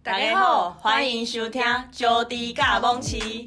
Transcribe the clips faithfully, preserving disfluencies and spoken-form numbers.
大家好，欢迎收听九弟甲蒙奇。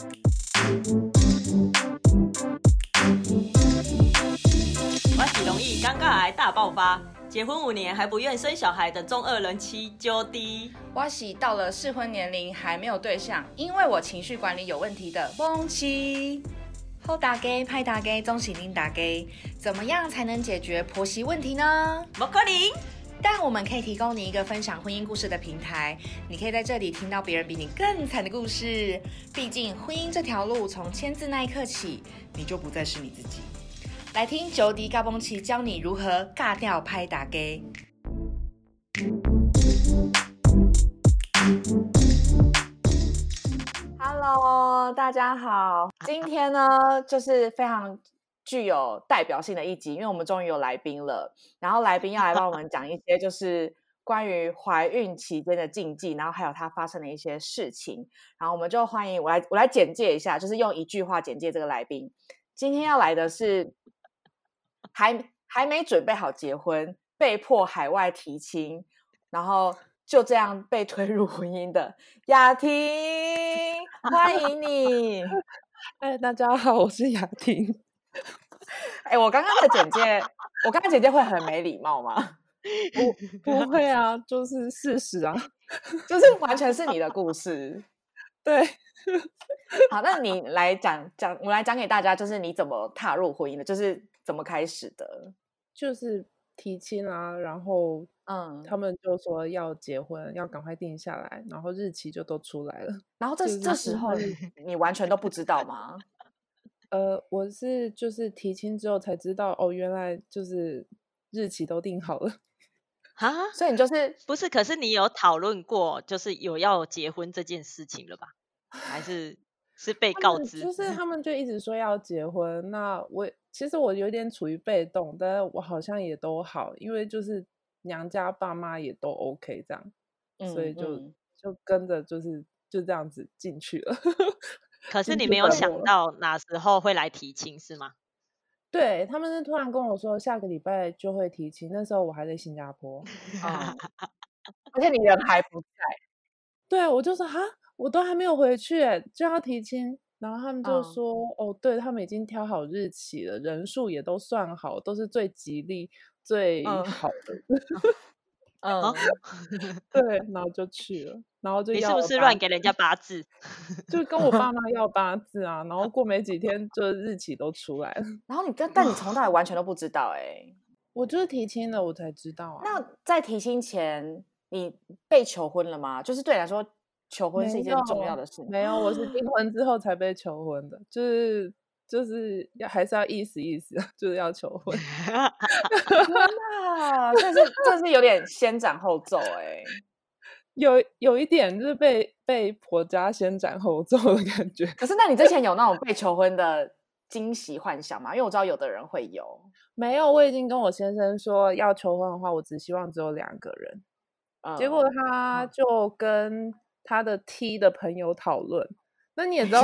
我是容易尴尬癌大爆发，结婚五年还不愿生小孩的中二人妻九弟。 我是到了适婚年龄还没有对象，因为我情绪管理有问题的蒙奇。后打给派打给中喜林打给，怎么样才能解决婆媳问题呢？ 不可能。 但我们可以提供你一个分享婚姻故事的平台，你可以在这里听到别人比你更惨的故事。毕竟婚姻这条路，从签字那一刻起，你就不再是你自己。来听九弟尬蹦奇教你如何尬掉拍打给。Hello， 大家好，今天呢就是非常具有代表性的一集，因为我们终于有来宾了，然后来宾要来帮我们讲一些就是关于怀孕期间的禁忌，然后还有它发生的一些事情，然后我们就欢迎我来我来简介一下，就是用一句话简介这个来宾。今天要来的是还还没准备好结婚，被迫海外提亲，然后就这样被推入婚姻的雅婷，欢迎你。 哎，大家好，我是雅婷。 哎，我刚刚的简介，我刚刚简介会很没礼貌吗？ 不不会啊，就是事实啊， 就是完全是你的故事。 对， 好，那你来讲讲，我来讲给大家，就是你怎么踏入婚姻的，就是怎么开始的？ 就是提亲啊，然后嗯， 他们就说要结婚，要赶快定下来，然后日期就都出来了。 然后这、 就是、 这时候你完全都不知道吗？ 呃，我是就是提亲之后才知道，哦，原来就是日期都定好了。 哈， 所以你就是不是？可是你有讨论过，就是有要结婚这件事情了吧？还是是被告知？ 就是他们就一直说要结婚，那我其实我有点处于被动，但是我好像也都好，因为就是娘家爸妈也都 OK 这样，嗯、所以就、嗯、就跟着就是就这样子进去了。 可是你没有想到哪时候会来提亲是吗？ 对，他们是突然跟我说下个礼拜就会提亲，那时候我还在新加坡， 嗯、而且你人还不在。 对，我就说哈，我都还没有回去就要提亲，然后他们就说、嗯、哦，对，他们已经挑好日期了，人数也都算好，都是最吉利最好的。 嗯， 嗯对，然后就去了，然后就要你是不是乱给人家八字？ 就跟我爸妈要八字啊，然后过没几天就日期都出来了。 然后你但但你从头到尾完全都不知道哎、欸， 我就是提亲了我才知道啊。 那在提亲前你被求婚了吗？就是对你来说求婚是一件重要的事吗？ 没有，我是订婚之后才被求婚的，就是就是要还是要意思意思，就是要求婚。 天哪，这是这是有点先斩后奏哎、欸， 有有一点就是被被婆家先斩后奏的感觉。 可是那你之前有那种被求婚的惊喜幻想吗？因为我知道有的人会有。 没有，我已经跟我先生说要求婚的话，我只希望只有两个人。嗯、结果他就跟他的 T 的朋友讨论。那你也知道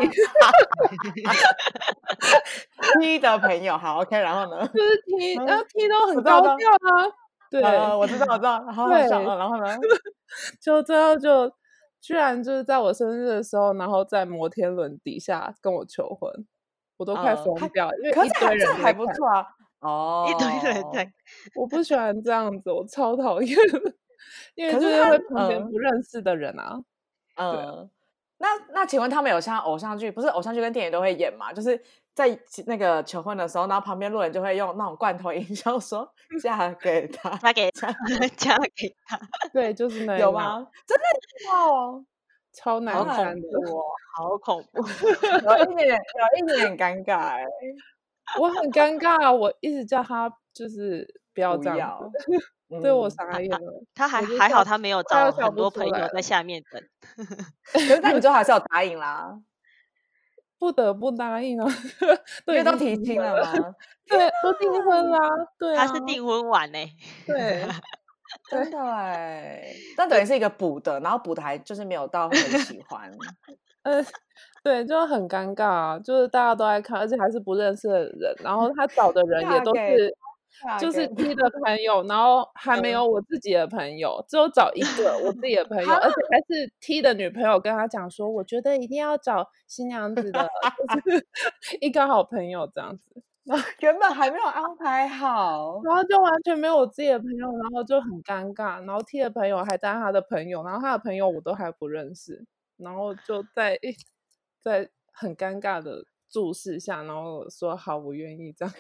T 的朋友好 OK， 然后呢？ 就是 T， 然后 T 都很高调啊。对、 呃，我知道，我知道，然后很爽，然后呢？ 就最后就居然就是在我生日的时候，然后在摩天轮底下跟我求婚，我都快疯掉，呃、因为一堆人还不错啊。哦， 一堆人在， 我不喜欢这样子，我超讨厌，因为就是会碰见不认识的人啊。 嗯，呃、那那请问他们有像偶像剧，不是偶像剧跟电影都会演吗？就是在那个求婚的时候，然后旁边路人就会用那种罐头音效说嫁给他， 嫁给他，嫁给他。 对，就是那样。 有吗？真的哦， 超难看的， 好恐怖， 有一点有一点尴尬哎、欸。 我很尴尬，我一直叫他就是不要这样子，对我傻眼了。 他还还好，他没有找很多朋友在下面等。 可是那你最后还是有答应啦， 不得不答应啊， 因为都提亲了嘛。 对，都订婚啦，对啊，他是订婚晚呢、欸， 对， 真的哎，但等于是一个补的，然后补的还就是没有到很喜欢。 呃，对，就很尴尬啊，就是大家都在看，而且还是不认识的人，然后他找的人也都是就是 T 的朋友，然后还没有我自己的朋友，只有找一个我自己的朋友，而且还是 T 的女朋友跟他讲说，我觉得一定要找新娘子的，就是一个好朋友这样子。 原本还没有安排好， 然后就完全没有我自己的朋友，然后就很尴尬。然后 T 的朋友还带他的朋友，然后他的朋友我都还不认识，然后就在在很尴尬的注视下，然后说好，我愿意这样。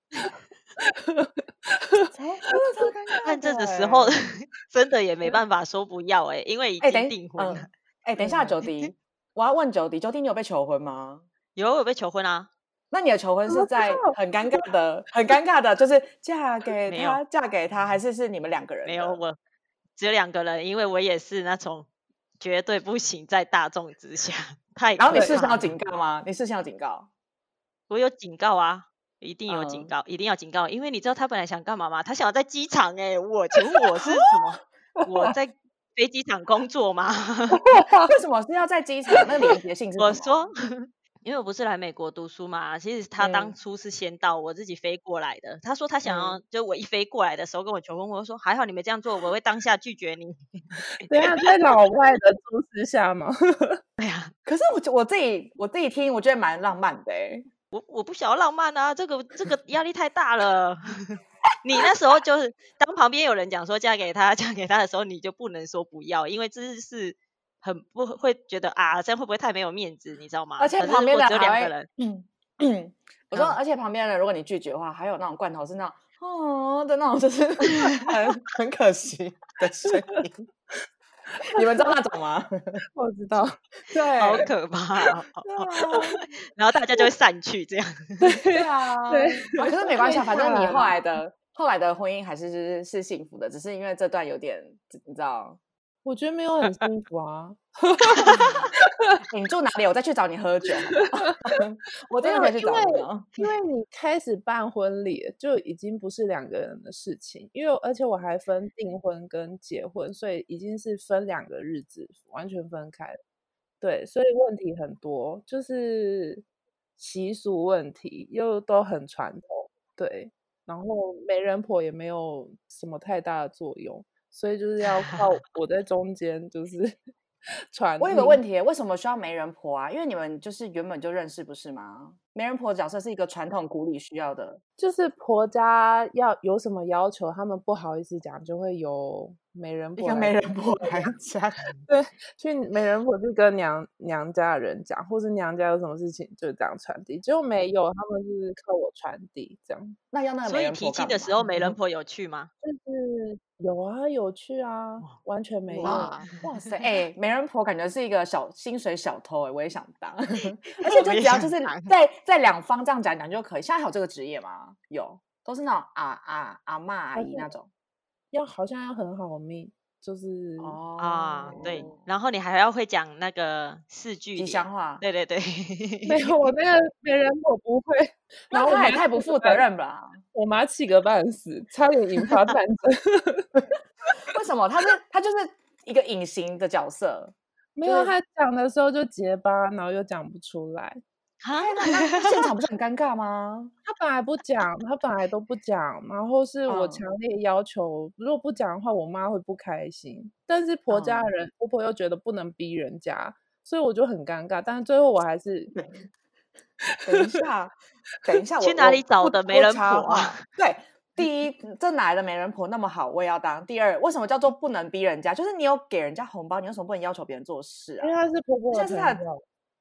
但这个时候真的也没办法说不要哎、欸，因为已经订婚了。 哎、欸，等一下，九迪，我要问九迪，九迪你有被求婚吗？ 有，有被求婚啊。 那你的求婚是在很尴尬的、很尴尬的，就是嫁给他、嫁给他，还是是你们两个人的？ 没有，我只有两个人，因为我也是那种绝对不行在大众之下。太然后你事先要警告吗？你事先要警告？ 我有警告啊，一定有警告，嗯、一定要警告，因为你知道他本来想干嘛吗？他想要在机场哎、欸，我请问我是什么？我在飞机场工作吗？ 为什么是要在机场？那连结性是什么？ 我说。因为我不是来美国读书嘛，其实他当初是先到我自己飞过来的。嗯、他说他想要，就我一飞过来的时候跟我求婚，我说还好你没这样做，我会当下拒绝你。 对啊，在老外的注视下嘛。 对啊， 可是我我自己我自己听，我觉得蛮浪漫的哎。 我我不想要浪漫啊，这个这个压力太大了。你那时候就是当旁边有人讲说嫁给他嫁给他的时候，你就不能说不要，因为这是。很不会觉得啊，这样会不会太没有面子，你知道吗？ 而且旁边的只有两个人， 嗯嗯，我说，而且旁边的人，如果你拒绝的话，还有那种罐头是那种哦的那种，就是很很可惜的声音。你们知道那种吗？ 我知道， 对， 好可怕、哦。然后大家就会散去，这样。 对啊，对、啊。可是没关系，反正你后来的后来的婚姻还是是是幸福的，只是因为这段有点，你知道。 我觉得没有很幸福啊。 你住哪里？我再去找你喝酒。我真的可以去找你哦。 因为你开始办婚礼就已经不是两个人的事情，因为而且我还分订婚跟结婚，所以已经是分两个日子，完全分开了。对，所以问题很多，就是习俗问题又都很传统，对，然后媒人婆也没有什么太大的作用。所以就是要靠我在中间，就是传。 我有个问题，为什么需要媒人婆啊？因为你们就是原本就认识，不是吗？媒人婆角色是一个传统古礼需要的， 就是婆家要有什么要求，他们不好意思讲，就会由媒人婆一个媒人婆来讲。 对，去媒人婆去跟娘娘家的人讲，或是娘家有什么事情就这样传递。结果没有，他们就是靠我传递这样。 那要那个媒人婆干嘛？ 所以提亲的时候，媒人婆有去吗？ 就是有啊，有去啊，完全没有。 哇, 哇塞，哎、欸，媒人婆感觉是一个小薪水小偷哎、欸，我也想当。而且就只要就是在在两方这样讲讲就可以。现在还有这个职业吗？有，都是那种阿阿阿嬷阿姨那种。 要好像要很好命，就是哦啊，对，然后你还要会讲那个四句吉祥话， 对对对。 没有，我那个媒人我不会， 然后他也太不负责任吧， 我妈气个半死，差点引发战争。 为什么？他是他就是一个隐形的角色， 没有、就是、他讲的时候就结巴，然后又讲不出来。 啊，那现场不是很尴尬吗？ 他本来不讲，他本来都不讲，然后是我强烈要求，嗯、如果不讲的话，我妈会不开心。但是婆家的人，嗯、婆婆又觉得不能逼人家，所以我就很尴尬。但是最后我还是， 等一下，等一下， 去哪里找的媒人婆啊？ 对，第一，这哪来的媒人婆那么好，我也要当。第二，为什么叫做不能逼人家？就是你有给人家红包，你为什么不能要求别人做事啊？ 因为他是婆婆的朋友。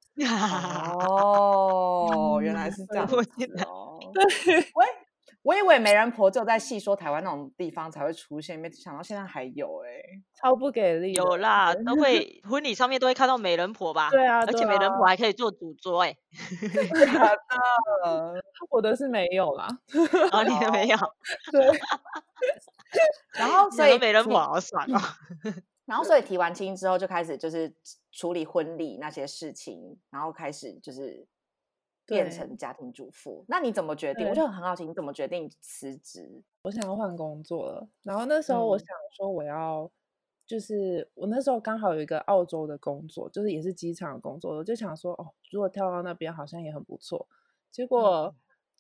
哦，原来是这样子哦。我我以为媒人婆只有在戏说台湾那种地方才会出现，没想到现在还有哎、欸， 超不给力。 有啦，都会婚礼上面都会看到媒人婆吧？ 对啊， 而且媒人婆还可以做主桌哎、 欸。真的， 我的是没有啦。 哦，你的没有。 对。 然后所以媒人婆好爽哦。 然后所以提完亲之后就开始就是处理婚礼那些事情，然后开始就是变成家庭主妇。那你怎么决定？我就很好奇，你怎么决定辞职？ 我想要换工作了，然后那时候我想说我要，嗯、就是我那时候刚好有一个澳洲的工作，就是也是机场的工作，我就想说哦，如果跳到那边好像也很不错。结果就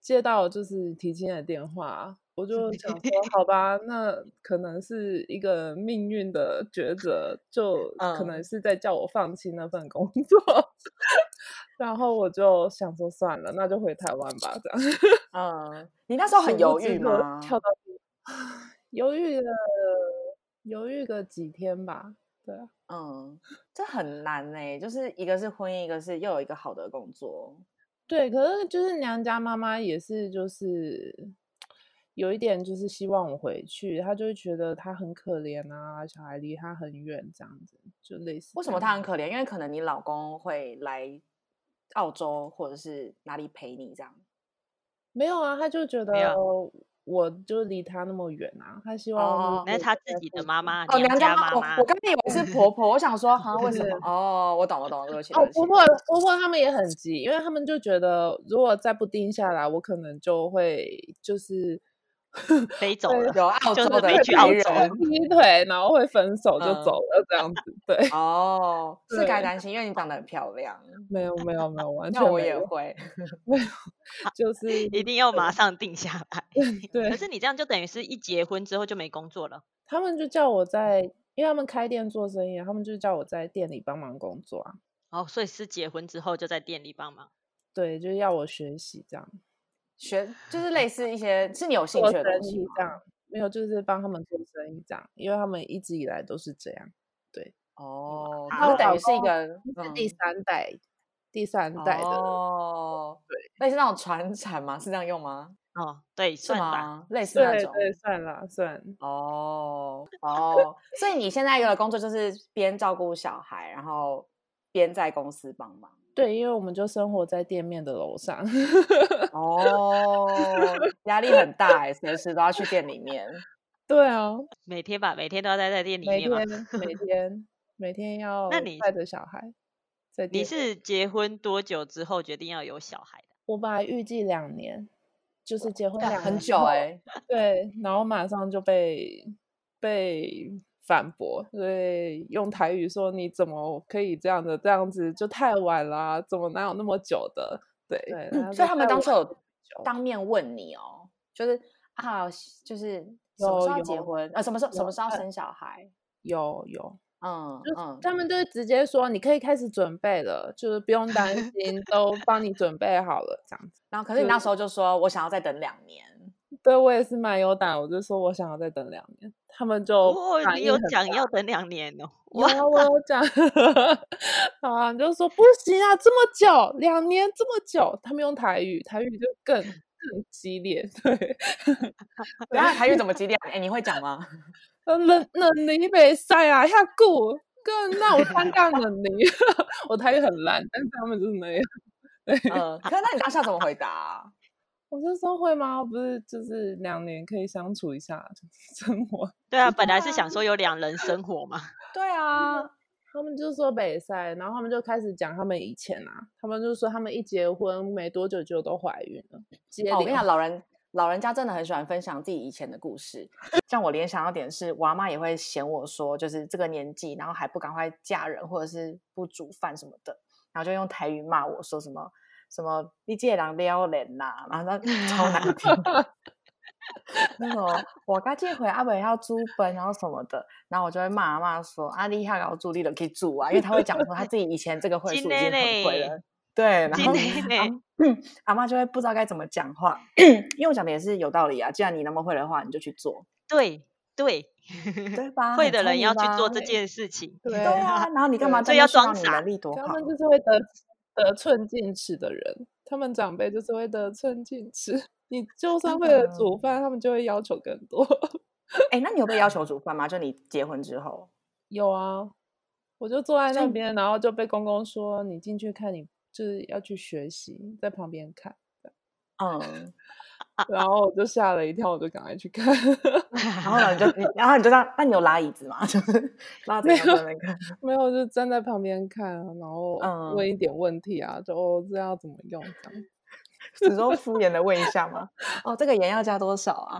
接到就是提亲的电话，我就想说好吧，那可能是一个命运的抉择，就可能是在叫我放弃那份工作。然后我就想说算了，那就回台湾吧，这样。 嗯，你那时候很犹豫吗？ 跳到犹豫了，犹豫个几天吧。对啊， 嗯，这很难欸，就是一个是婚姻，一个是又有一个好的工作。 对，可是就是娘家妈妈也是，就是有一点就是希望我回去，她就会觉得她很可怜啊，小孩离她很远这样子，就类似。 为什么她很可怜？因为可能你老公会来澳洲或者是哪里陪你这样。 没有啊，他就觉得我就离他那么远啊，他希望那是他自己的妈妈， 哦，娘家妈妈。我我刚以为是婆婆，我想说好像为什么？哦，我懂我懂，对不起。 哦，婆婆婆婆他们也很急，因为他们就觉得如果再不定下来，我可能就会就是飞走了， 有澳洲的飞去澳洲劈腿，然后会分手就走了、嗯、这样子。对， 哦，是该担心，因为你长得很漂亮。 没有没有没有，完全没有。 那我也会， 没有，就是一定要马上定下来。 对， 可是你这样就等于是一结婚之后就没工作了。 他们就叫我在，因为他们开店做生意，他们就叫我在店里帮忙工作啊。 哦，所以是结婚之后就在店里帮忙。 对，就是要我学习这样。 学就是类似一些是你有兴趣的东西这样，没有就是帮他们做生意这样，因为他们一直以来都是这样。对， 哦，他们等于是一个是第三代，嗯、第三代的哦， 对， 类似那种传产吗？是这样用吗？ 哦，对， 是吗？ 类似那种， 对对，算啦算。 哦哦，所以你现在的工作就是边照顾小孩，然后边在公司帮忙。 对，因为我们就生活在店面的楼上。 哦，压力很大哎，随时都要去店里面。 对啊， 每天吧，每天都要待在店里面嘛。 每天每天每天要带着小孩在店。 你是结婚多久之后决定要有小孩的？ 我本来预计两年，就是结婚两年很久哎、欸。 对，然后马上就被被。反驳，所以用台语说你怎么可以这样的这样子就太晚了、啊，怎么哪有那么久的？对对、 嗯，所以他们当初有当面问你哦，就是啊，就是什么时候结婚？呃，什么时候什么时候生小孩？ 有有， 嗯嗯， 他们就会直接说你可以开始准备了，就是不用担心，都帮你准备好了这样子。 然后可是你那时候就说我想要再等两年。 对，我也是蛮有胆，我就说我想要再等两年，他们就哦，你有讲要等两年哦？ 有啊，我有讲，啊，就说不行啊，这么久，两年这么久，他们用台语，台语就更更激烈，对。 然后台语怎么激烈？哎，你会讲吗？ 两两年袂使啊，遐久，更那有尴尬两年，我台语很烂，但是他们就是那样。 嗯，可是那你当下怎么回答、啊？ 我就说会吗？不是，就是两年可以相处一下生活。 对啊，本来是想说有两人生活嘛。 对啊， 他们就说北塞，然后他们就开始讲他们以前啊，他们就说他们一结婚没多久就都怀孕了。 哦，我跟你讲，老人老人家真的很喜欢分享自己以前的故事。像我联想到点是，我阿妈也会嫌我说，就是这个年纪，然后还不赶快嫁人，或者是不煮饭什么的，然后就用台语骂我说什么。什么你这个人撩人啦，然后那超难听。那种我刚这回阿北要煮饭，然后什么的，然后我就会骂骂说啊，你还要煮，你都可以煮啊，因为他会讲说他自己以前这个会数已经很会了。对，然后嗯，阿妈就会不知道该怎么讲话，因为我讲的也是有道理啊。既然你那么会的话，你就去做。 对对对吧？ 会的人要去做这件事情。 对啊，然后你干嘛？ 所以要装傻， 能力多好？ 他们就是会得。得寸进尺的人，他们长辈就是会得寸进尺。你就算会了煮饭，他们就会要求更多。 哎、欸，那你有被要求煮饭吗？就你结婚之后？ 有啊，我就坐在那边，然后就被公公说：“你进去看，你就是要去学习，在旁边看。”嗯，然后我就吓了一跳，我就赶快去看。 然后呢，你就你，然后你就让，那你有拉椅子吗？就是拉着在那边看， 没有，就站在旁边看，然后问一点问题啊，嗯、就哦，这要怎么用？这样， 只说敷衍的问一下吗？哦，这个盐要加多少啊？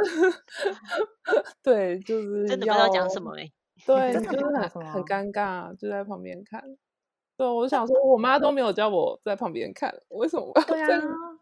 对，就是真的不知道讲什么哎、欸。 对，就是很很尴尬，就在旁边看。对，我想说，我妈都没有叫我在旁边看，为什么我要对啊？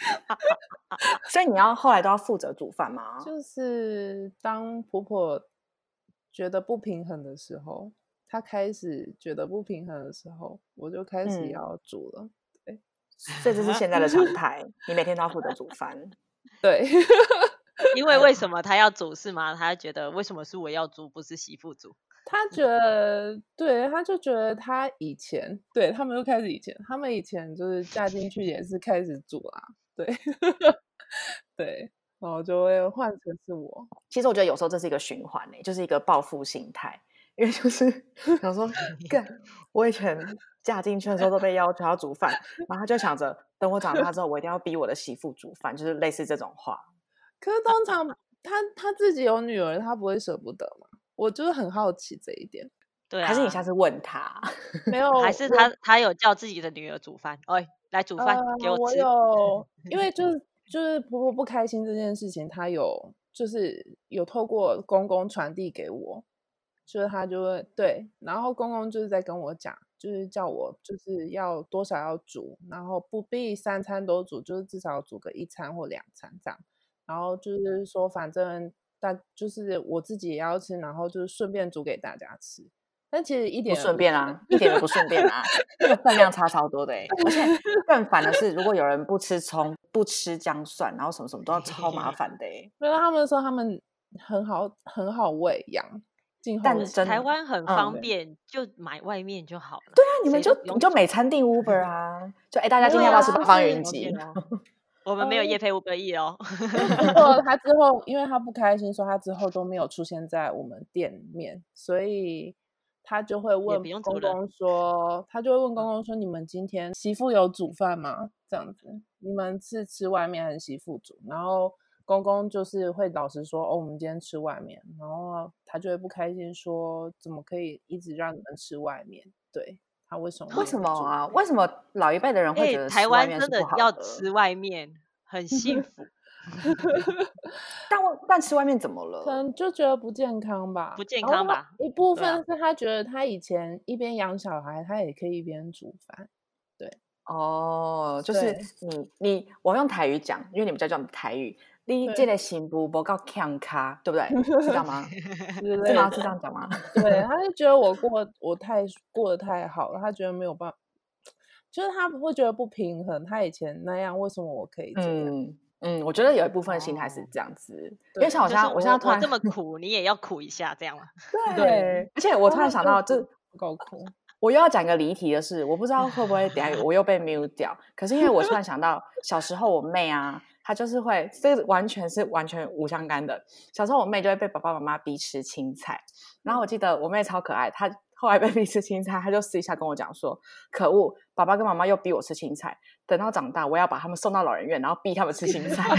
所以你要后来都要负责煮饭吗？ 就是当婆婆觉得不平衡的时候，她开始觉得不平衡的时候，我就开始要煮了。嗯、对， 所以这是现在的常态，你每天都要负责煮饭。 对。 因为为什么他要煮是吗？他觉得为什么是我要煮，不是媳妇煮？ 他觉得，对，他就觉得他以前，对他们就开始以前，他们以前就是嫁进去也是开始煮啊，对，对，然后就会换成是我。 其实我觉得有时候这是一个循环诶、欸，就是一个报复心态，因为就是想说，干，我以前嫁进去的时候都被要求要煮饭，然后他就想着，等我长大之后，我一定要逼我的媳妇煮饭，就是类似这种话。 可是通常他他自己有女儿，他不会舍不得嘛？我就是很好奇这一点。 对啊， 还是你下次问他？ 没有， 还是他他有叫自己的女儿煮饭？哎，来煮饭、呃、给我吃。 我有，因为就是就是婆婆不开心这件事情，他有就是有透过公公传递给我，就是他就会对，然后公公就是在跟我讲，就是叫我就是要多少要煮，然后不必三餐都煮，就是至少煮个一餐或两餐这样。然后就是说，反正大就是我自己也要吃，然后就是顺便煮给大家吃。但其实一点不顺便啊，一点都不顺便啊，这个分量差超多的哎、欸。而且更烦的是，如果有人不吃葱、不吃姜蒜，然后什么什么都要超麻烦的哎、欸。 因为他们说他们很好很好喂养， 但真台湾很方便， 嗯、 就买外面就好了。 对啊，你们就你就每餐订 Uber 啊，就哎、欸、大家今天要不要吃八方云集？ 我们没有业配 Uber Eats 哦。 不过他之后，因为他不开心，说他之后都没有出现在我们店面，所以他就会问公公说，他就会问公公说，你们今天媳妇有煮饭吗？这样子，你们是吃外面还是媳妇煮？然后公公就是会老实说，哦，我们今天吃外面，然后他就会不开心说，怎么可以一直让你们吃外面？对。他为什么？ 为什么啊？为什么老一辈的人会觉得台湾真的要吃外面很幸福？ 但但吃外面怎么了？ 可能就觉得不健康吧。 不健康吧？ 一部分是他觉得他以前一边养小孩，他也可以一边煮饭。对， 哦，就是你你我用台语讲，因为你们在讲台语。你这个媳妇不够强咖，对不对？是这样吗？是吗？是这样讲吗？ 对，他就觉得我过我太过得太好了，他觉得没有办法，就是他会觉得不平衡。他以前那样，为什么我可以这样？ 嗯嗯，我觉得有一部分心态是这样子，哦、因为像我现在， 就是、我现在突然我这么苦，你也要苦一下，这样吗？ 对, 对，而且我突然想到，这不够苦。 我又要讲一个离题的事，我不知道会不会等一下我又被 mute 掉。可是因为我突然想到，小时候我妹啊。她就是会，这个完全是完全无相干的。小时候我妹就会被爸爸妈妈逼吃青菜，然后我记得我妹超可爱，她后来被逼吃青菜，她就私底下跟我讲说：“可恶，爸爸跟妈妈又逼我吃青菜，等到长大我要把他们送到老人院，然后逼他们吃青菜。”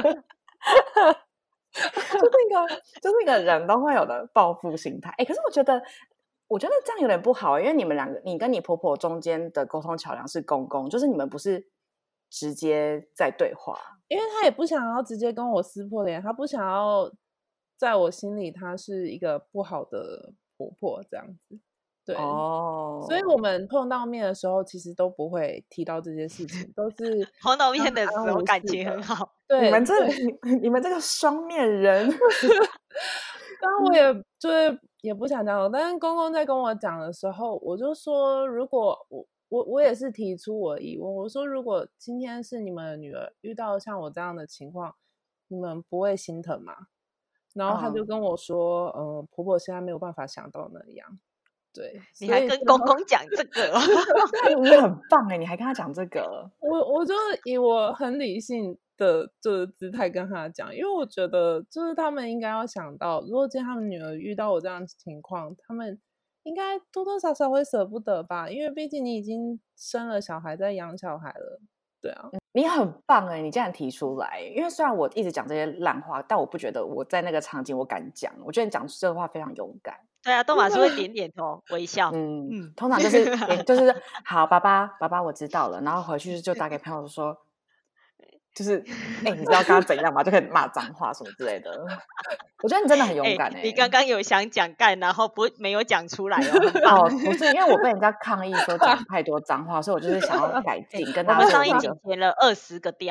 就是一个就是一个人都会有的报复心态。哎，可是我觉得。我觉得这样有点不好，因为你们两个，你跟你婆婆中间的沟通桥梁是公公，就是你们不是直接在对话。 因为他也不想要直接跟我撕破脸，他不想要在我心里他是一个不好的婆婆这样子。对哦，所以我们碰到面的时候，其实都不会提到这些事情，都是碰到面的时候感情很好。 对， 你们这你, 你们这个双面人。 但我也就是也不想讲，但是公公在跟我讲的时候，我就说，如果我我我也是提出我的疑问，我说如果今天是你们的女儿遇到像我这样的情况，你们不会心疼吗？然后他就跟我说，嗯、呃，婆婆现在没有办法想到那样。对， 你还跟公公讲这个、哦， 你很棒哎！你还跟他讲这个， 我我就以我很理性的就是姿态跟他讲，因为我觉得就是他们应该要想到，如果今天他们女儿遇到我这样的情况，他们应该多多少少会舍不得吧，因为毕竟你已经生了小孩，在养小孩了，对啊。 你很棒哎！你这样提出来，因为虽然我一直讲这些烂话，但我不觉得我在那个场景我敢讲，我觉得你讲这话非常勇敢。 对啊，都马是会点点头微笑。 嗯嗯，通常就是就是好，爸爸爸爸，我知道了，然后回去就打给朋友说，就是哎、欸，你知道刚刚怎样吗？就可以骂脏话什么之类的。我觉得你真的很勇敢哎、欸欸！ 你刚刚有想讲干，然后不没有讲出来哦。 哦，不是，因为我被人家抗议说讲太多脏话，所以我就是想要改进，跟大家。 我们上一集填了二十个调。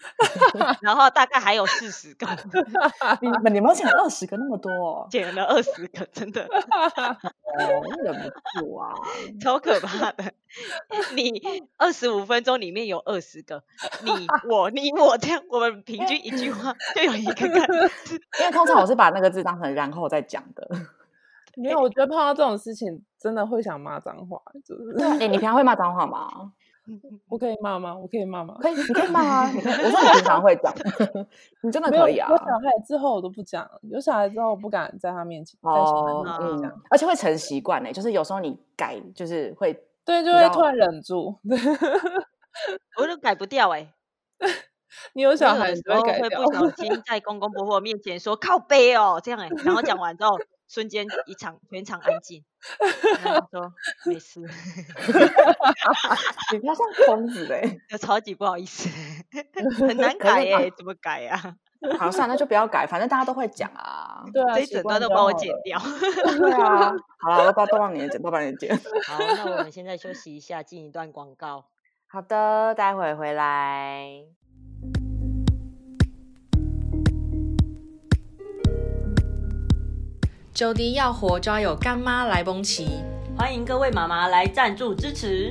然后大概还有四十个。 你们你们减了二十个那么多哦？ 减了二十个，真的。 哦，忍不住啊， 超可怕的。你二十五分钟里面有二十个，你我你我这样，我们平均一句话就有一个干字。 因为通常我是把那个字当成然后再讲的。 没有，我觉得碰到这种事情真的会想骂脏话，就是对啊，欸，你平常会骂脏话吗？ 我可以骂吗？我可以骂吗？ 可以，你可以骂啊！你可以，我说你平常会讲，你真的可以啊。 有小孩之后我都不讲，有小孩之后我不敢在他面前，在小孩面前讲， 嗯，而且会成习惯呢，就是有时候你改，就是会， 对，就会突然忍住， 我都改不掉哎。 你有小孩， 有时候会不小心在公公婆婆面前说靠背哦，这样哎，然后讲完之后，瞬间一场全场安静，然后说没事。 你不要像疯子嘞， 就超级不好意思，很难改哎，怎么改啊？ 好，算了，那就不要改，反正大家都会讲啊。 对啊， 这一整段都帮我剪掉。 对啊，好了，我把都帮你剪，都帮你剪。 好，那我们现在休息一下，进一段广告。 好的，待会回来。 周迪要活就要有干妈来蹦齐， 欢迎各位妈妈来赞助支持。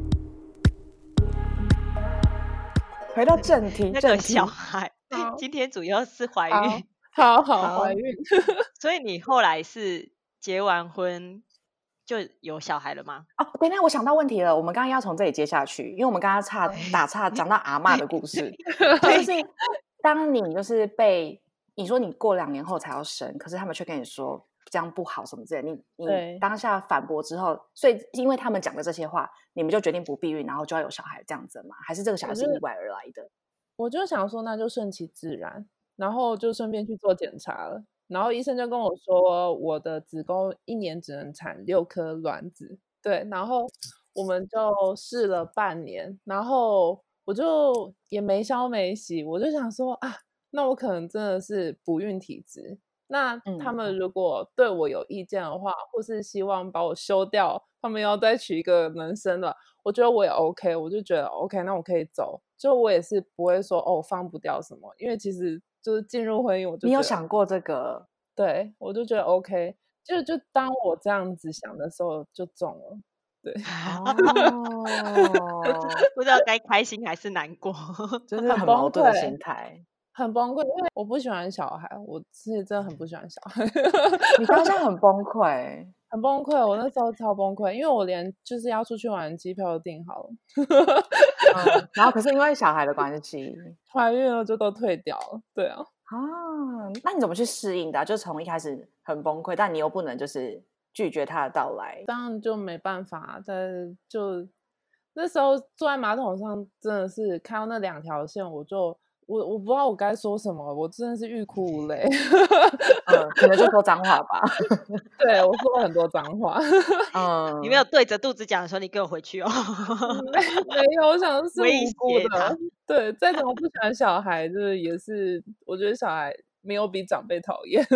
回到正题， 那个小孩今天主要是怀孕， 好好怀孕， 所以你后来是结完婚就有小孩了吗？ 哦，等一下，我想到问题了，我们刚刚要从这里接下去，因为我们刚刚岔打岔讲到阿嬷的故事，就是当你就是被你说你过两年后才要生，可是他们却跟你说这样不好什么之类的，你你当下反驳之后，所以因为他们讲的这些话，你们就决定不避孕，然后就要有小孩这样子吗？还是这个小孩是意外而来的？ 我就想说那就顺其自然，然后就顺便去做检查了，然后医生就跟我说我的子宫一年只能产六颗卵子，对，然后我们就试了半年，然后我就也没消没息，我就想说啊，那我可能真的是不孕体质，那他们如果对我有意见的话，或是希望把我休掉，他们要再娶一个能生的，我觉得我也 OK， 我就觉得 OK， 那我可以走，就我也是不会说哦放不掉什么，因为其实就是进入婚姻，我就你有想过这个？ 对，我就觉得 OK， 就就当我这样子想的时候就中了，对， 哦， 不知道该开心还是难过， 就是很矛盾的心态。 很崩溃，因为我不喜欢小孩，我其实真的很不喜欢小孩。 你当下很崩溃， 很崩溃，我那时候超崩溃，因为我连就是要出去玩机票都订好了， 嗯，然后可是因为小孩的关系， 怀孕了就都退掉了，对啊。 啊，那你怎么去适应的啊？就从一开始很崩溃，但你又不能就是拒绝他的到来， 当然就没办法，但就那时候坐在马桶上，真的是看到那两条线，我就。我我不知道我该说什么，我真的是欲哭无泪。 嗯，可能就说脏话吧。 对，我说了很多脏话。 嗯， 你没有对着肚子讲的时候，你给我回去哦。 没没有，我想是威无辜胁他的。对，再怎么不喜欢小孩，就是也是，我觉得小孩没有比长辈讨厌。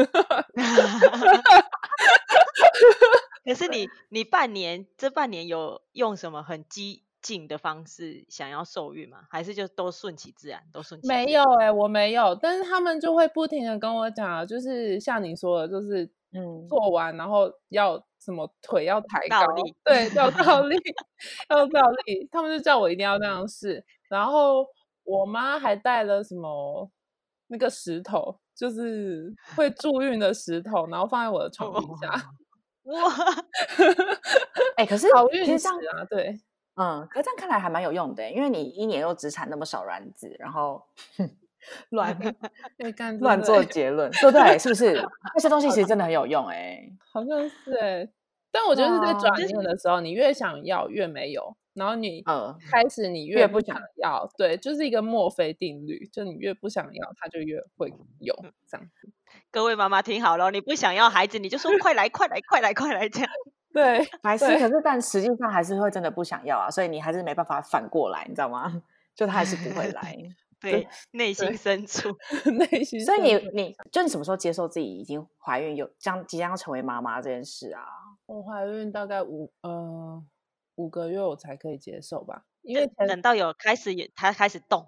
可是你你半年这半年有用什么很激进的方式想要受孕吗？还是就都顺其自然，都顺其自然？ 没有哎、欸，我没有，但是他们就会不停的跟我讲，就是像你说的，就是嗯，做完然后要什么腿要抬高，对，要倒立，要倒立，他们就叫我一定要这样试。然后我妈还带了什么那个石头，就是会助孕的石头，然后放在我的床底下。 哇， 哎、欸，可是好运其实气啊，对。 嗯，可是这样看来还蛮有用的，因为你一年又只产那么少卵子，然后乱乱做结论，对不对？是不是？那些东西其实真的很有用哎、欸， 好像是哎、欸，但我觉得是在转念的时候，你越想要越没有，然后你开始你越不想要，对，就是一个墨菲定律，就你越不想要，它就越会有这样子。 各位妈妈听好了，你不想要孩子，你就说快来快来快来快来这样。 对， 白痴，可是但实际上还是会真的不想要啊，所以你还是没办法反过来，你知道吗？就他还是不会来。 对，内心深处， 内心。 所以你你就你什么时候接受自己已经怀孕，有将即将要成为妈妈这件事啊？ 我怀孕大概五呃五个月我才可以接受吧，因为等到有开始也他开始动。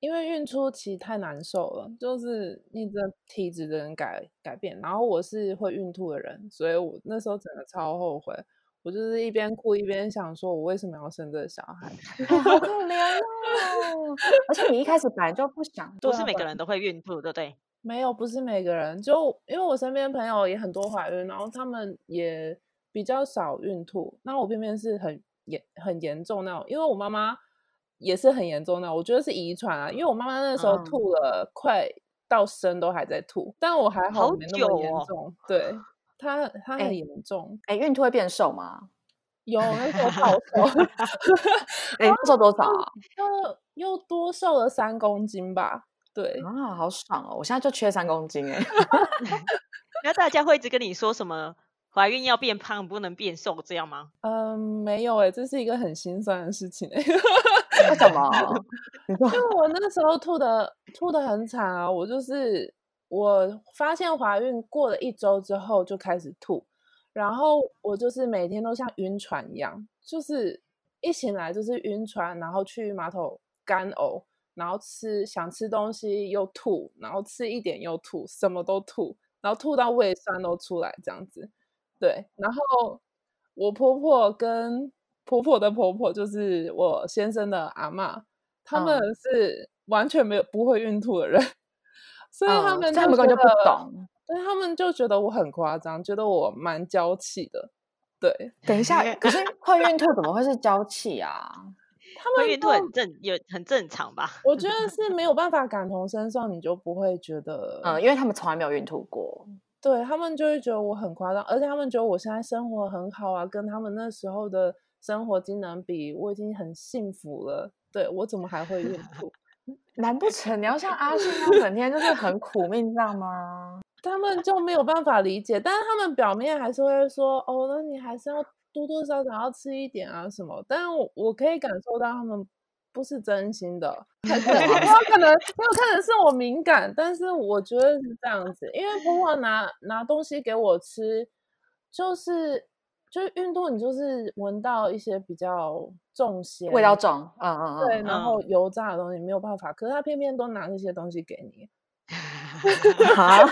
因为孕初期太难受了，就是你的体质的人改改变，然后我是会孕吐的人，所以我那时候真的超后悔，我就是一边哭一边想说，我为什么要生这个小孩？ 哎，好可怜哦！而且你一开始本来就不想， 不是每个人都会孕吐，对不对？ 没有，不是每个人，就因为我身边朋友也很多怀孕，然后他们也比较少孕吐，那我偏偏是很严很严重那种，因为我妈妈也是很严重的，我觉得是遗传啊，因为我妈妈那时候吐了，嗯、快到生都还在吐，但我还好没那么严重。哦、对，她她很严重。 哎、欸欸，孕吐会变瘦吗？ 有，那时候暴瘦。 哎、欸，瘦多少啊？ 又又多瘦了三公斤吧。对啊，好爽哦！我现在就缺三公斤哎。 那大家会一直跟你说什么？怀孕要变胖，不能变瘦，这样吗？ 嗯，没有哎、欸，这是一个很心酸的事情哎、欸。 为什么？ 因为我那时候吐的吐的很惨啊！我就是我发现怀孕过了一周之后就开始吐，然后我就是每天都像晕船一样，就是一醒来就是晕船，然后去马桶干呕，然后吃想吃东西又吐，然后吃一点又吐，什么都吐，然后吐到胃酸都出来这样子。对，然后我婆婆跟婆婆的婆婆，就是我先生的阿嬷，他们是完全没有不会孕吐的人，所以他们他们根本就不懂， 对，他们就觉得我很夸张，觉得我蛮娇气的。对， 等一下，可是会孕吐怎么会是娇气啊？ 他们会孕吐很正，有很正常吧？ 我觉得是没有办法感同身受，你就不会觉得， 嗯，因为他们从来没有孕吐过。 对，他们就会觉得我很夸张，而且他们觉得我现在生活很好啊，跟他们那时候的生活机能比，我已经很幸福了。对，我怎么还会孕吐？ 难不成你要像阿信那样整天就是很苦命这样吗？ 他们就没有办法理解，但是他们表面还是会说，哦，那你还是要多多少少要吃一点啊什么。但是我我可以感受到他们不是真心的，有可能有可能是我敏感，但是我觉得是这样子，因为婆婆拿拿东西给我吃，就是就是孕吐，你就是闻到一些比较重咸、 味道重，嗯嗯嗯， 对，然后油炸的东西没有办法，可是他偏偏都拿那些东西给你。 啊！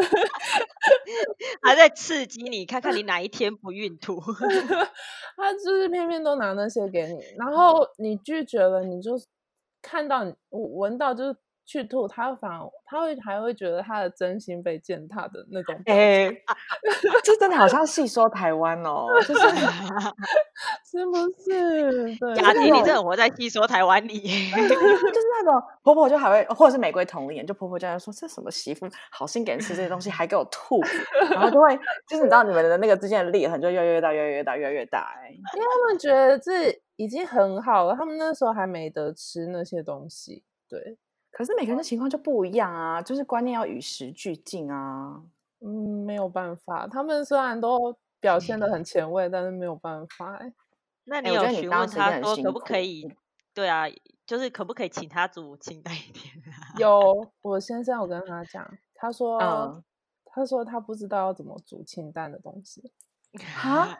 还在刺激你，看看你哪一天不孕吐。 他就是偏偏都拿那些给你，然后你拒绝了，你就看到你闻到就是去吐，他反而他会还会觉得他的真心被践踏的那种。 哎、欸，这真的好像戏说台湾哦，就是是不是？对， 雅婷，你真的活在戏说台湾里。 就是那种婆婆就还会，或者是玫瑰同龄，就婆婆就在说这什么媳妇好心给人吃这些东西，还给我吐，然后就会就是你知道你们的那个之间的裂痕就越来越大，越来越大，越来越大、欸。 因为他们觉得这已经很好了，他们那时候还没得吃那些东西。对， 可是每个人的情况就不一样啊，就是观念要与时俱进啊。 嗯，没有办法，他们虽然都表现得很前卫，但是没有办法、欸。 那你有询问他说可不可以？对啊，就是可不可以请他煮清淡一点、啊？ 有，我先生有跟他讲，他说、 嗯， 他说他不知道要怎么煮清淡的东西。 哈，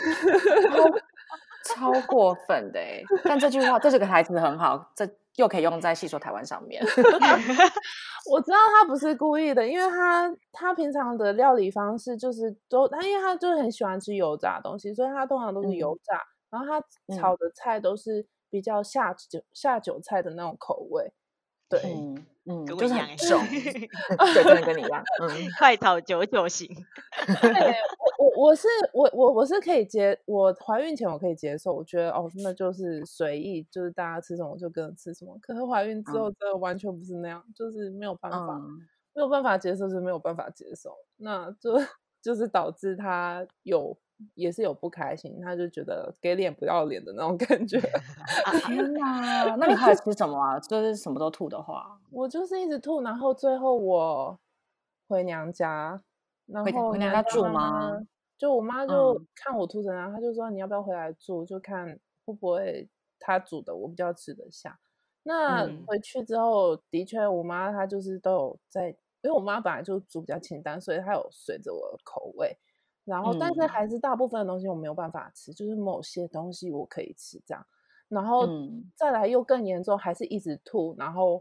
超过分的哎！但这句话，这几个台词很好，这又可以用在戏说台湾上面。 我知道他不是故意的，因为他他平常的料理方式就是都，他因为他就是很喜欢吃油炸的东西，所以他通常都是油炸，嗯、然后他炒的菜都是比较下酒、嗯、下酒菜的那种口味。对， 嗯嗯， 就是很重，对，真的跟你一样，嗯， 快炒九九型。 对，我我我是我我我是可以接，我怀孕前我可以接受，我觉得哦，那就是随意，就是大家吃什么就跟着吃什么。可是怀孕之后，真的完全不是那样，就是没有办法，嗯、没有办法接受，是没有办法接受，那就就是导致他有。也是有不开心，他就觉得给脸不要脸的那种感觉。 天哪！那你后来吃什么啊？就是什么都吐的话， 我就是一直吐，然后最后我回娘家，然后回娘家住吗？ 就我妈就看我吐成那样，她就说你要不要回来住？就看会不会她煮的我比较吃得下。那回去之后，的确我妈她就是都有在，因为我妈本来就煮比较清淡，所以她有随着我的口味。然后，但是还是大部分的东西我没有办法吃，嗯、就是某些东西我可以吃这样。然后再来又更严重，还是一直吐，然后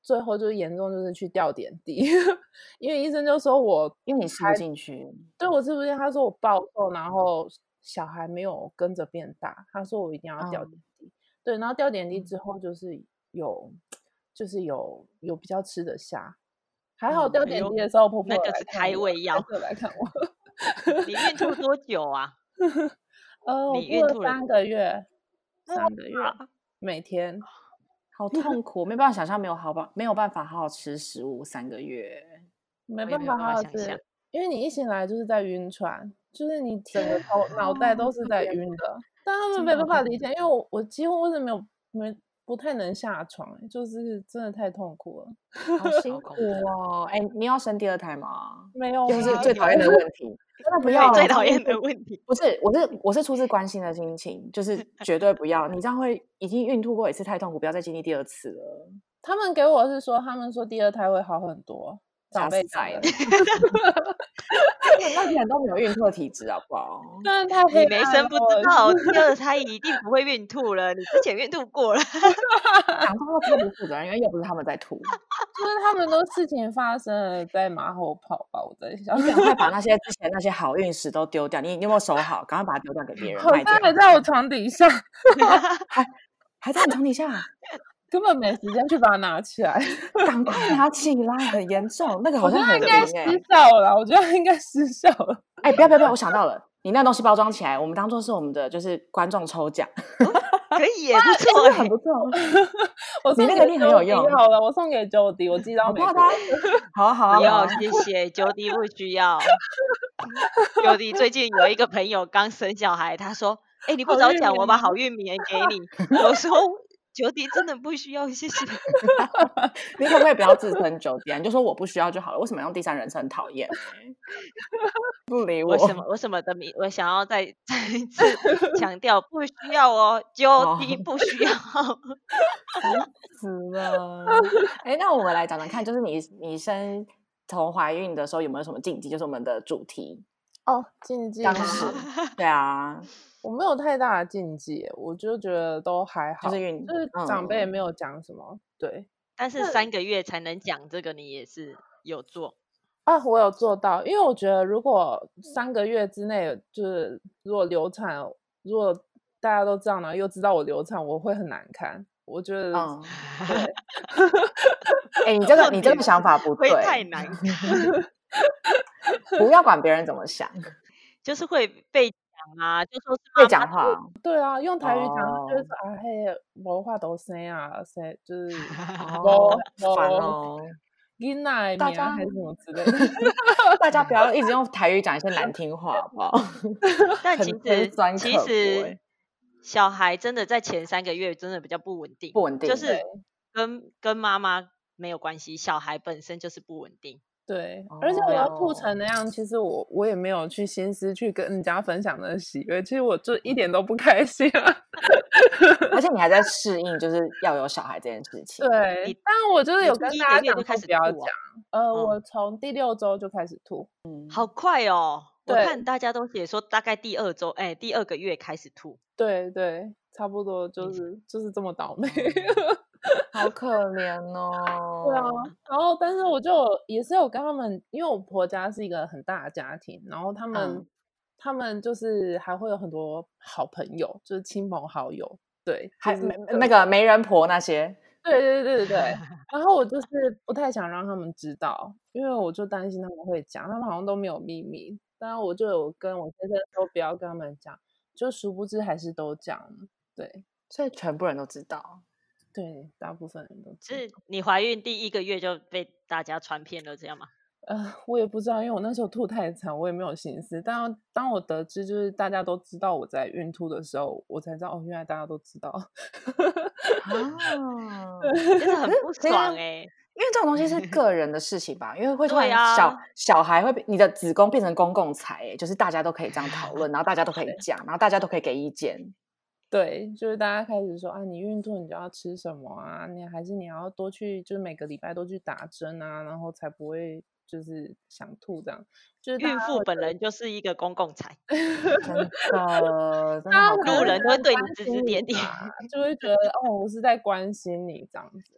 最后就严重就是去吊点滴，因为医生就说我因为你吃不进去， 对我吃不进去，他说我暴瘦，然后小孩没有跟着变大，他说我一定要吊点滴，嗯、对，然后吊点滴之后就是有，就是有有比较吃得下，还好吊点滴的时候，婆婆那个是开胃药， 来看我。 你孕吐多久啊？ 呃， 你孕吐了三个月，三个月，每天。 好痛苦，没办法想象，没有好吧，没有办法好好吃食物三个月， 没办法好好吃，因为你一醒来就是在晕船，就是你整个头脑袋都是在晕的。但他们没办法理解，因为我我几乎是没有没不太能下床，就是真的太痛苦了， 好辛苦哦。哎、欸，你要生第二胎吗？ 没有， 就是最讨厌的问题。真的不要， 最讨厌的问题不是，我是我是出自关心的心情，就是绝对不要。你这样会已经孕吐过一次太痛苦，不要再经历第二次了。 他们给我是说，他们说第二胎会好很多，长辈在了。那些人都没有孕吐的体质，好不好？ 但是太黑暗了， 你没生不知道，第二胎一定不会孕吐了。你之前孕吐过了， 讲这话太不负责任，因为又不是他们在吐， 就是他们都事情发生了，在马后炮吧。我在想， 你赶快把那些之前那些好运石都丢掉。你你有没有收好？赶快把它丢掉给别人卖掉。还在我床底下， 还还在你床底下。 根本没时间去把它拿起来， 赶快拿起来，很严重，那个好像很应该失效了，我觉得应该失效了。 哎、欸，不要不要不要，我想到了，你那东西包装起来，我们当做是我们的就是观众抽奖， 可以也不错、欸， 很不错。 我你那个一定很有用。 好了，我送给九弟，我寄到美国。 好啊好啊， 不要谢谢九弟，不需要。九弟最近有一个朋友刚生小孩，他说：“哎、欸，你不早讲，我把好运棉给你。”我说。九弟真的不需要，谢谢。 你可不可以不要自称九弟啊？你就说我不需要就好了。为什么用第三人称？很讨厌，不理我。 我什么？我什么的名？我想要再再一次强调，不需要哦，九弟不需要。 死了！哎、欸，那我们来讲讲看，就是你你生从怀孕的时候有没有什么禁忌？就是我们的主题哦，禁忌。 当时，对啊。 我没有太大的禁忌，我就觉得都还好， 就是运就是长辈也没有讲什么，嗯、对。 但是三个月才能讲这个，你也是有做啊？我有做到，因为我觉得如果三个月之内，就是如果流产，如果大家都知道呢，又知道我流产，我会很难看。我觉得，嗯，对。 哎、欸，你这个你这个想法不对， 会太难看。 不要管别人怎么想， 就是会被。啊，就说是会讲话， 对啊，用台语讲， 哦、 就是说啊，嘿，无话都生啊，生就是无烦哦， 囡仔大家还是什么之类的， 大家不要一直用台语讲一些难听话，好不好？ 但其实其实小孩真的在前三个月真的比较不稳定， 不稳定， 就是跟跟妈妈没有关系，小孩本身就是不稳定。 对，而且我要吐成那样，哦、其实我我也没有去心思去跟人家分享的喜悦，其实我就一点都不开心啊。 而且你还在适应，就是要有小孩这件事情。 对，但我就是有跟大家讲， 开始不要讲。呃，嗯、我从第六周就开始吐， 嗯，好快哦。我看大家都写说大概第二周，哎，第二个月开始吐。 对对，差不多就是、嗯、就是这么倒霉。 好可怜哦。 对啊，然后但是我就也是有跟他们，因为我婆家是一个很大的家庭，然后他们、嗯、他们就是还会有很多好朋友，就是亲朋好友，对， 还、 就是、 那个媒人婆那些。 对对对对对。然后我就是不太想让他们知道，因为我就担心他们会讲，他们好像都没有秘密。当然我就有跟我先生说不要跟他们讲，就殊不知还是都讲了。对， 所以全部人都知道。 对，大部分人都知道。是你怀孕第一个月就被大家传遍了，这样吗？ 呃，我也不知道，因为我那时候吐太惨，我也没有心思。但当我得知就是大家都知道我在孕吐的时候，我才知道哦，原来大家都知道。 啊， 真的很不爽哎、欸。 因为这种东西是个人的事情吧，因为会突然小、啊、小孩会你的子宫变成公共财，就是大家都可以这样讨论，然后大家都可以讲，然后大家都可以给意见。 对，就是大家开始说啊，你孕吐你就要吃什么啊？你还是你要多去，就是每个礼拜都去打针啊，然后才不会就是想吐这样。就是孕妇本人就是一个公共财， 真的，真的路人都会对你指指点点， 就会觉得哦，我是在关心你这样子。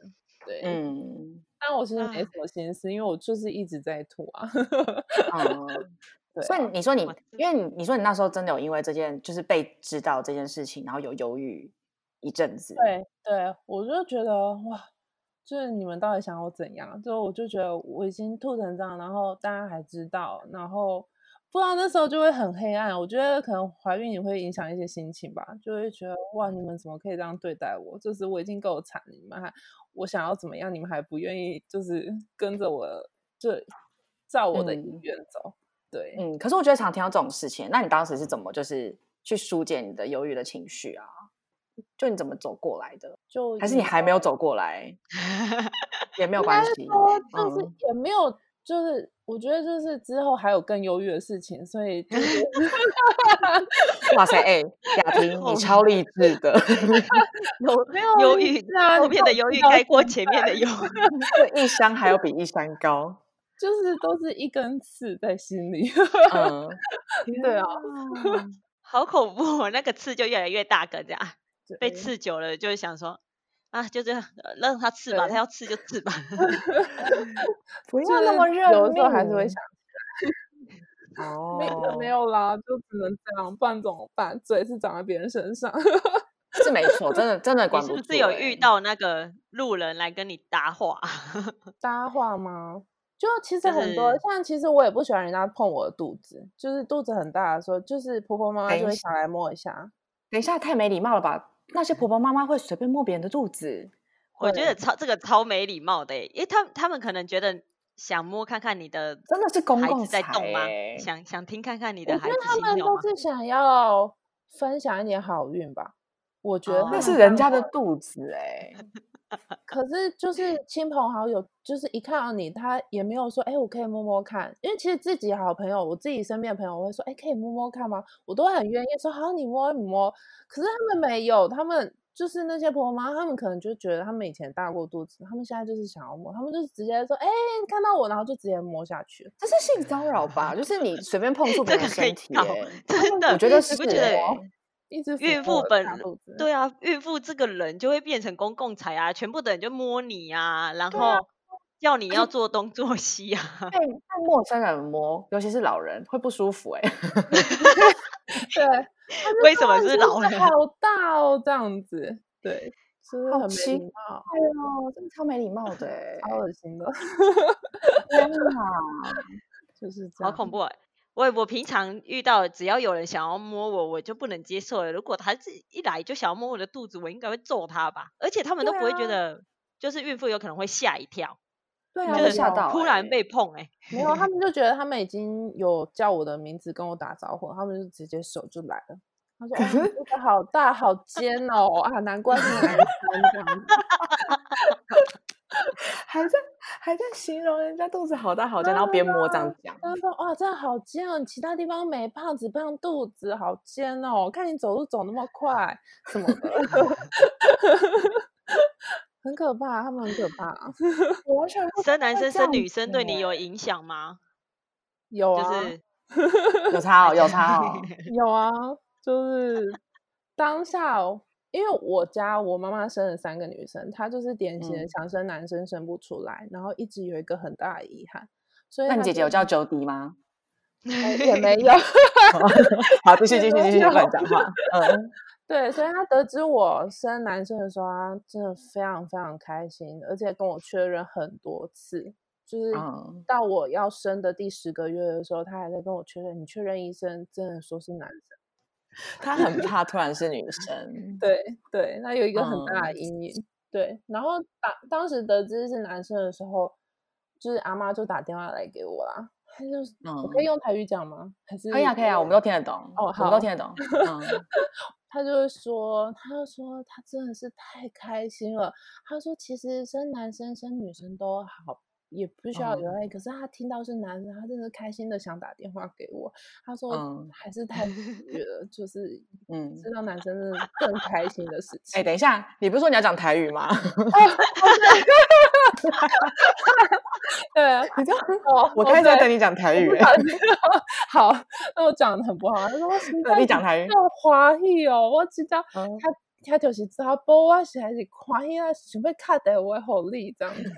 对， 嗯， 但我其实没什么心思，因为我就是一直在吐啊。 嗯， 对啊， 所以你说你，因为你你说你那时候真的有因为这件就是被知道这件事情，然后有忧郁一阵子。 对对，我就觉得哇，就是你们到底想要怎样？就我就觉得我已经吐成这样，然后大家还知道，然后不知道那时候就会很黑暗。我觉得可能怀孕也会影响一些心情吧，就会觉得哇，你们怎么可以这样对待我？就是我已经够惨了，你们还我想要怎么样，你们还不愿意，就是跟着我，就照我的意愿走。嗯、对， 嗯。可是我觉得常听到这种事情，那你当时是怎么就是去疏解你的忧郁的情绪啊？就你怎么走过来的？就还是你还没有走过来，也没有关系。 就是也没有，就是我觉得就是之后还有更忧郁的事情，所以就是哇塞，哎、欸，雅婷，你超励志的， 有忧郁啊，后面的忧郁盖过前面的忧郁， 一山还有比一山高， 就是都是一根刺在心里。嗯，对啊， 好恐怖、哦，那个刺就越来越大根，这样被刺久了，就是想说。啊，就这样，让他刺吧，他要刺就刺吧， 不要那么认命。 有的时候还是会想起来，哦，没有没有啦，就只能这样，不然怎么办？嘴是长在别人身上， 是没错，真的真的管不住、欸。 你是不是有遇到那个路人来跟你搭话？ 搭话吗？就其实很多，就是、像其实我也不喜欢人家碰我的肚子，就是肚子很大的时候，就是婆婆妈妈就会想来摸一下。 等一下，太没礼貌了吧？那些婆婆妈妈会随便摸别人的肚子， 我觉得超这个超没礼貌的，因为他们他们可能觉得想摸看看你的真的是公共孩子在动吗？想想听看看你的孩子心跳吗？ 我觉得他们都是想要分享一点好运吧。我觉得那是人家的肚子哎、欸。 可是就是亲朋好友，就是一看到你，他也没有说，哎、欸，我可以摸摸看。因为其实自己好朋友，我自己身边的朋友，我会说，哎、欸，可以摸摸看吗？我都很愿意说，好，你摸你摸。可是他们没有，他们就是那些婆婆妈，他们可能就觉得他们以前大过肚子，他们现在就是想要摸，他们就是直接说，哎、欸，看到我，然后就直接摸下去。 这是性骚扰吧？就是你随便碰触别人的身体、欸， 真的， 我觉得是、欸。 不觉得一直孕妇本对啊，孕妇这个人就会变成公共财啊，全部的人就摸你啊，然后叫你要做东做西啊。 被被陌生人摸，尤其是老人，会不舒服哎、欸。 对， 为什么是老人？ 好大哦，这样子，对，真的很没礼貌。 哎呦，真的超没礼貌的、欸， 超恶心的。 天哪， 就是这样， 好恐怖哎、欸！我我平常遇到只要有人想要摸我，我就不能接受了。如果他一来就想要摸我的肚子，我应该会揍他吧。而且他们都不会觉得，啊、就是孕妇有可能会吓一跳， 对啊， 就是吓到、欸， 突然被碰哎、欸， 没有，他们就觉得他们已经有叫我的名字跟我打招呼，他们就直接手就来了。他说：“哦，这个好大好尖哦啊，难怪是男生这样子。” 还在还在形容人家肚子好大好尖，然后边摸这样讲。 他说：“哇，真的好尖哦，其他地方没胖，只胖肚子，好尖哦！看你走路走那么快，什么的，很可怕，他们很可怕。 我完全不生男生生女生对你有影响吗？ 有啊， 就是有差哦，有差哦， 有啊，就是当下哦。”因为我家我妈妈生了三个女生，她就是典型的想生男生生不出来，嗯、然后一直有一个很大的遗憾。所以那你姐姐有叫九迪吗？ 欸、也没有。 好，继续继续继续乱讲话。嗯， 对，所以她得知我生男生的时候，她真的非常非常开心，而且跟我确认很多次。就是到我要生的第十个月的时候，她还在跟我确认，你确认医生真的说是男生。 他很怕突然是女生， 对对，那有一个很大的阴影。嗯、对，然后当当时得知是男生的时候，就是阿妈就打电话来给我啦。他就、嗯、我可以用台语讲吗？还是可以啊，可以啊，我们都听得懂。 哦，好， 我们都听得懂。嗯、 他就说，他就说他真的是太开心了。他说，其实生男生生女生都好。也不需要有爱、嗯，可是他听到是男生，他真的开心的想打电话给我。他说、嗯、还是太绝了，就是嗯，知道男生是更开心的事情。 哎、欸，等一下，你不是说你要讲台语吗？ 对啊， 你知道哦，我刚才在等你讲台语。 好，那我讲的很不好。他说你讲台语， 好华裔哦，我知道、嗯、他听就是查甫，我实在是看遐想要卡电话互你这样子。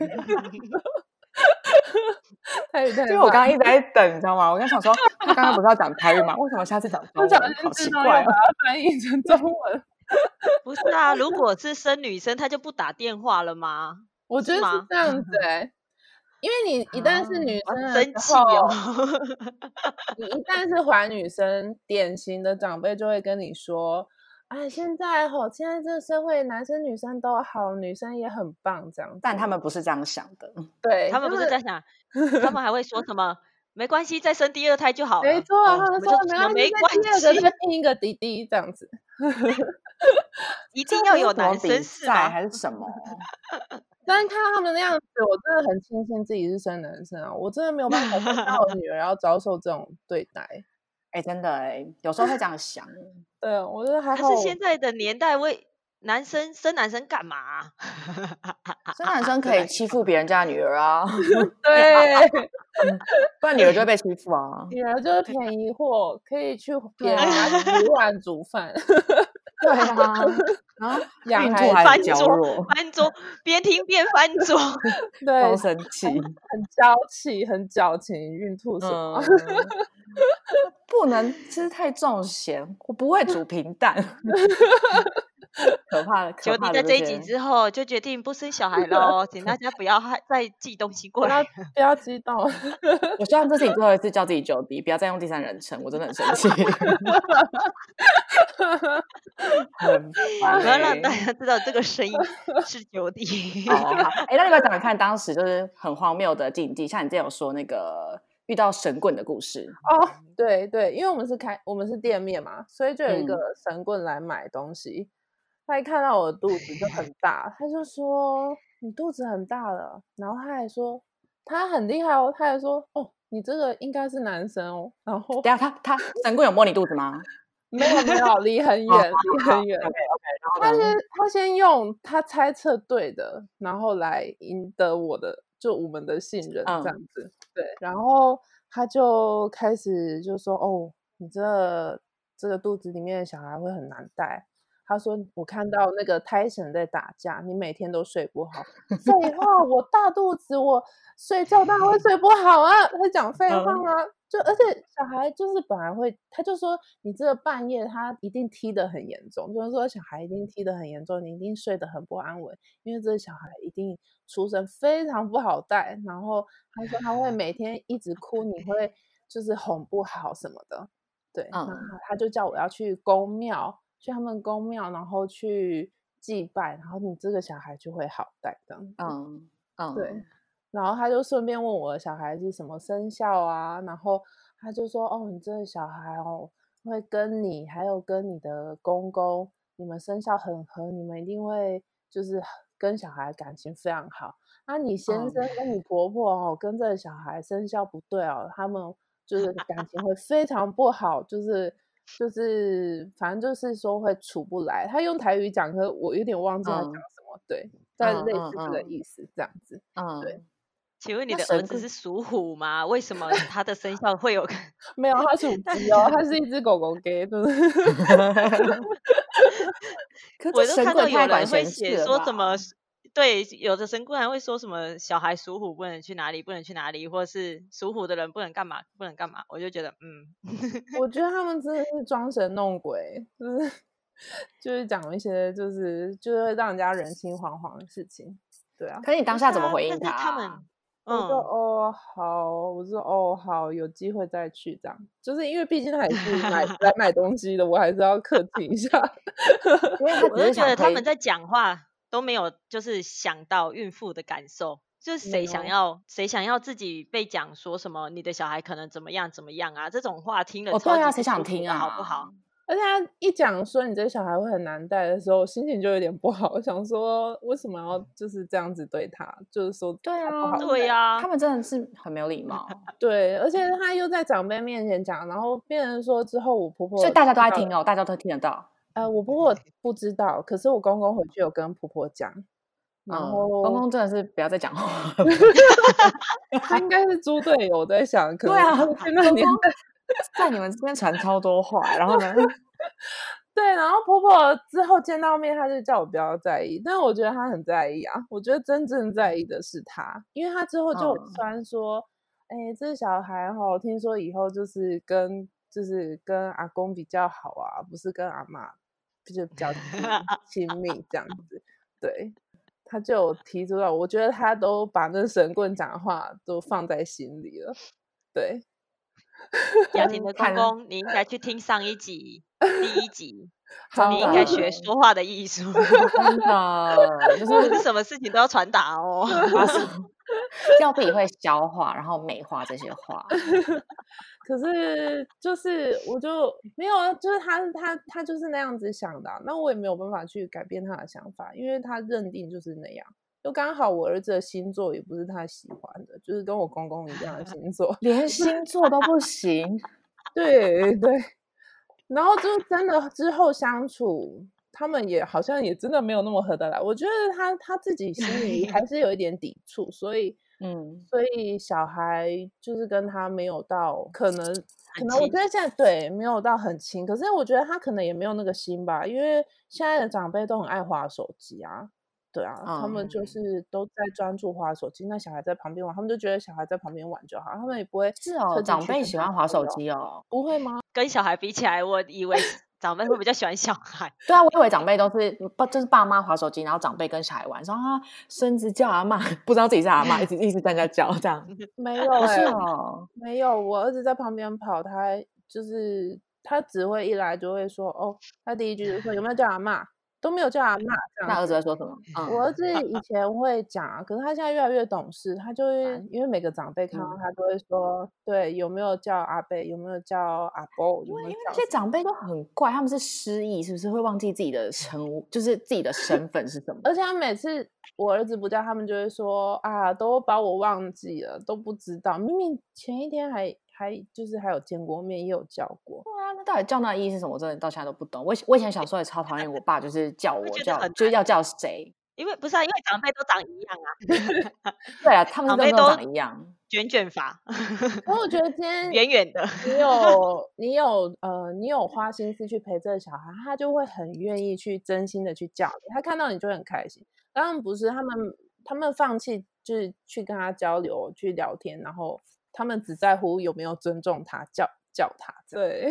台语太因为我刚刚一直在等，你知道吗？我刚想说，他刚刚不是要讲台语吗？为什么下次讲中文？好奇怪哦！ 把它翻译成中文。 不是啊，如果是生女生，她就不打电话了吗？ 我觉得是这样子哎、欸，因为你一旦是女生的时候， 啊、生气哦。 你一旦是怀女生，典型的长辈就会跟你说。哎，现在吼，现在这个社会，男生女生都好，女生也很棒，这样子。 但他们不是这样想的， 对， 他们不是这样想，他们还会说什么？没关系，再生第二胎就好了。 没错，他们说没关系， 第二个再拼一个弟弟这样子。 一定要有男生是吗？ 还是什么？ 但是看到他们那样子，我真的很庆幸自己是生男生啊！我真的没有办法看到我女儿要遭受这种对待。 哎、欸，真的哎、欸，有时候会这样想。 对，我觉得还好。 可是现在的年代，为男生生男生干嘛、啊？ 生男生可以欺负别人家的女儿啊。 对， 不然女儿就会被欺负啊。 女儿就是便宜货，可以去别人家洗碗煮饭。 对啊，然后养孩还翻桌， 娇弱， 翻桌，边听边翻桌， 对， 好生气， 很娇气，很矫情，孕吐什么？ 嗯、不能吃太重咸，我不会煮平淡。可怕的，可怕的。 就你在这一集之后就决定不生小孩喽，请大家不要再寄东西过来， 不要激动。 我希望这是你最后一次叫自己九弟，不要再用第三人称，我真的很生气。很烦、欸， 我要让大家知道这个声音是九弟。 哦，好，哎、欸，那你们讲讲看，当时就是很荒谬的禁忌，像你之前有说那个遇到神棍的故事哦，对对，因为我们是开我们是店面嘛，所以就有一个神棍来买东西。嗯，他一看到我的肚子就很大，他就说你肚子很大了，然后他还说他很厉害哦，他还说哦你这个应该是男生哦，然后等下他他神棍有摸你肚子吗？ 没有没有，离很远离很远。 OK OK， 他先他先用他猜测对的，然后来赢得我的就我们的信任这样子、嗯、对，然后他就开始就说哦你这这个肚子里面的小孩会很难带。他说我看到那个胎神在打架，你每天都睡不好。废话，我大肚子我睡觉当然会睡不好啊，他讲废话啊、嗯、就而且小孩就是本来会，他就说你这个半夜他一定踢得很严重，就是说小孩一定踢得很严重，你一定睡得很不安稳，因为这个小孩一定出生非常不好带。然后他说他会每天一直哭，你会就是哄不好什么的。对、嗯、然后他就叫我要去宫庙，去他们宫庙，然后去祭拜，然后你这个小孩就会好带这样子。 嗯嗯， 对。然后他就顺便问我的小孩是什么生肖啊，然后他就说哦，你这个小孩哦，会跟你还有跟你的公公，你们生肖很合，你们一定会就是跟小孩感情非常好。那、啊、你先生跟你婆婆哦，跟这个小孩生肖不对哦，他们就是感情会非常不好，就是就是反正就是说会处不来。他用台语讲，可是我有点忘记他讲什么、嗯、对，但类似这个意思、嗯、这样子。 嗯， 对。 请问你的儿子是属虎吗？为什么他的生肖会有没有，他属鸡哦，他是一只狗狗给的。 我都看到有人会写说什么，对，有的神棍还会说什么小孩属虎不能去哪里，不能去哪里，或是属虎的人不能干嘛，不能干嘛。我就觉得，嗯， 我觉得他们真的是装神弄鬼，就是就是讲一些就是就是会让人家人心惶惶的事情。对啊， 可是你当下怎么回应他、啊？ 他们。 我说、嗯、哦好，我说哦好，有机会再去这样，就是因为毕竟他也是买来买东西的，我还是要客气一下。 因为他我就觉得他们在讲话都没有就是想到孕妇的感受，就是谁想要、嗯、谁想要自己被讲说什么你的小孩可能怎么样怎么样啊，这种话听了超级不舒服的、 哦对啊，谁想听啊， 好不好？ 而且他一讲说你这小孩会很难带的时候，心情就有点不好，想说为什么要就是这样子对他，就是说对啊， 对啊， 他们真的是很没有礼貌。 对，而且他又在长辈面前讲，然后变成说之后我婆婆， 所以大家都在听哦，大家都听得到。 呃，我婆婆不知道，可是我公公回去有跟婆婆讲，然后、 嗯、公公真的是不要再讲话。 他应该是猪队友，在想，可能对啊， 现在年代在你们之间传超多话，然后呢？ 对对，然后婆婆之后见到面，她就叫我不要在意，但我觉得她很在意啊。我觉得真正在意的是她，因为她之后就传说，哎、嗯，这小孩哈，听说以后就是跟就是跟阿公比较好啊，不是跟阿嬷就比较亲密这样子。对，他就有提出到，我觉得他都把那神棍讲的话都放在心里了。对。 雅婷的公公，你应该去听上一集第一集，你应该学说话的艺术。 真的， 就是什么事情都要传达哦， 要自己会消化，然后美化这些话。 可是就是我就没有，就是他他他就是那样子想的、啊，那我也没有办法去改变他的想法，因为他认定就是那样。就刚好我儿子的星座也不是他喜欢的，就是跟我公公一样的星座， 连星座都不行。 对对，然后就真的之后相处，他们也好像也真的没有那么合得来。我觉得他他自己心里还是有一点抵触，所以嗯，所以小孩就是跟他没有到可能可能我觉得现在对没有到很亲，可是我觉得他可能也没有那个心吧，因为现在的长辈都很爱滑手机啊。对啊、嗯，他们就是都在专注滑手机，那小孩在旁边玩，他们就觉得小孩在旁边玩就好，他们也不会。 是哦，长辈喜欢滑手机哦， 不会吗？ 跟小孩比起来，我以为长辈会比较喜欢小孩。 对啊，我以为长辈都是就是爸妈滑手机，然后长辈跟小孩玩，说啊孙子叫阿嬷，不知道自己是阿嬷，一直一直在那叫这样。 没有哎、 欸哦， 没有，我儿子在旁边跑，他就是他只会一来就会说哦，他第一句就说有没有叫阿嬷。都没有叫阿嬷， 那儿子在说什么？ 嗯、我儿子以前会讲，可是他现在越来越懂事，他就会、嗯、因为每个长辈看到他都会说，嗯、对，有没有叫阿伯，有没有叫阿伯？ 因为因为那些长辈都很怪，他们是失忆，是不是会忘记自己的称呼，就是自己的身份是什么？ 而且他每次我儿子不叫，他们就会说啊，都把我忘记了，都不知道，明明前一天还。还就是还有见过面，也有叫过。 对啊，那到底叫那的意义是什么？我真的到现在都不懂。我我以前小时候也超讨厌我爸，就是叫我叫，就是要叫谁？ 因为不是啊，因为长辈都长一样啊。对啊，他们长辈都长一样， 卷卷发。 然后我觉得今天远远的， 你有你有呃，你有花心思去陪这个小孩，他就会很愿意去真心的去叫你，他看到你就很开心。当然不是他们，他们放弃就是去跟他交流、去聊天，然后。他们只在乎有没有尊重他，叫叫他。对，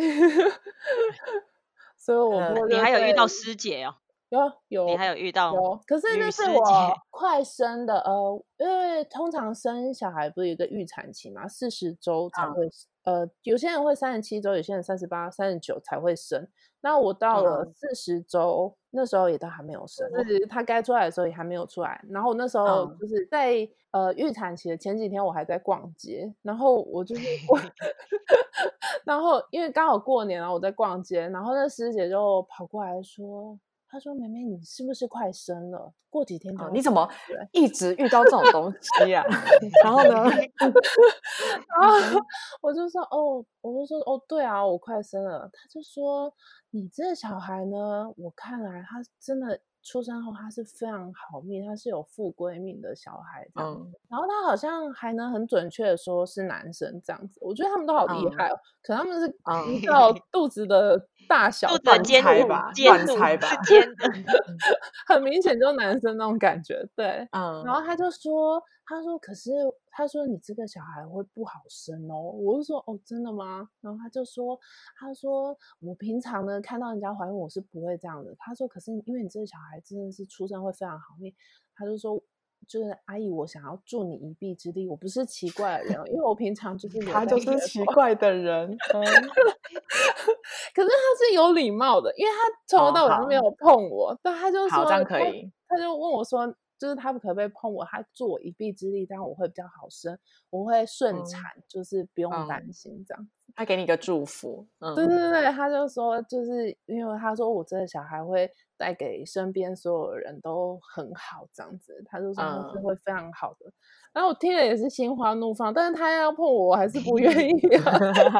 所以我呃、你还有遇到师姐哦？ 有有， 你还有遇到有，可是那是我快生的，呃，因为通常生小孩不是有一个预产期嘛，四十周才会，嗯、呃，有些人会三十七周，有些人三十八、三十九才会生。那我到了四十周、嗯，那时候也都还没有生，就是他该出来的时候也还没有出来。然后那时候就是在、嗯、呃预产期的前几天，我还在逛街，然后我就是，然后因为刚好过年，然后我在逛街，然后那师姐就跑过来说。他说：“妹妹，你是不是快生了？过几天就、 哦、你怎么一直遇到这种东西啊？”然后呢， 然后我就说：“哦，我就说哦，对啊，我快生了。”他就说：“你这小孩呢？我看来他真的出生后他是非常好命，他是有富贵命的小孩这样。嗯、然后他好像还能很准确的说是男生这样子。我觉得他们都好厉害哦，嗯、可能他们是依照肚子的。”大小乱猜吧， 乱猜吧， 尖的， 很明显就是男生那种感觉，对， 嗯， 然后他就说，他说，可是他说你这个小孩会不好生哦，我就说哦，真的吗？然后他就说，他说我平常呢看到人家怀孕我是不会这样的，他说可是因为你这个小孩真的是出生会非常好命，他就说。就是阿姨，我想要助你一臂之力。我不是奇怪的人，因为我平常就是他就是奇怪的人。嗯、 可是他是有礼貌的，因为他从头到尾都没有碰我，但他就说好，这样可以。 他就问我说，就是他可不可以碰我？他助我一臂之力，这样我会比较好生，我会顺产，嗯、就是不用担心这样。 嗯他给你一个祝福， 嗯、对对对，他就说，就是因为他说我这个小孩会带给身边所有人都很好，这样子，他就说他是会非常好的。嗯、然后我听了也是心花怒放，但是他要碰我，我还是不愿意啊。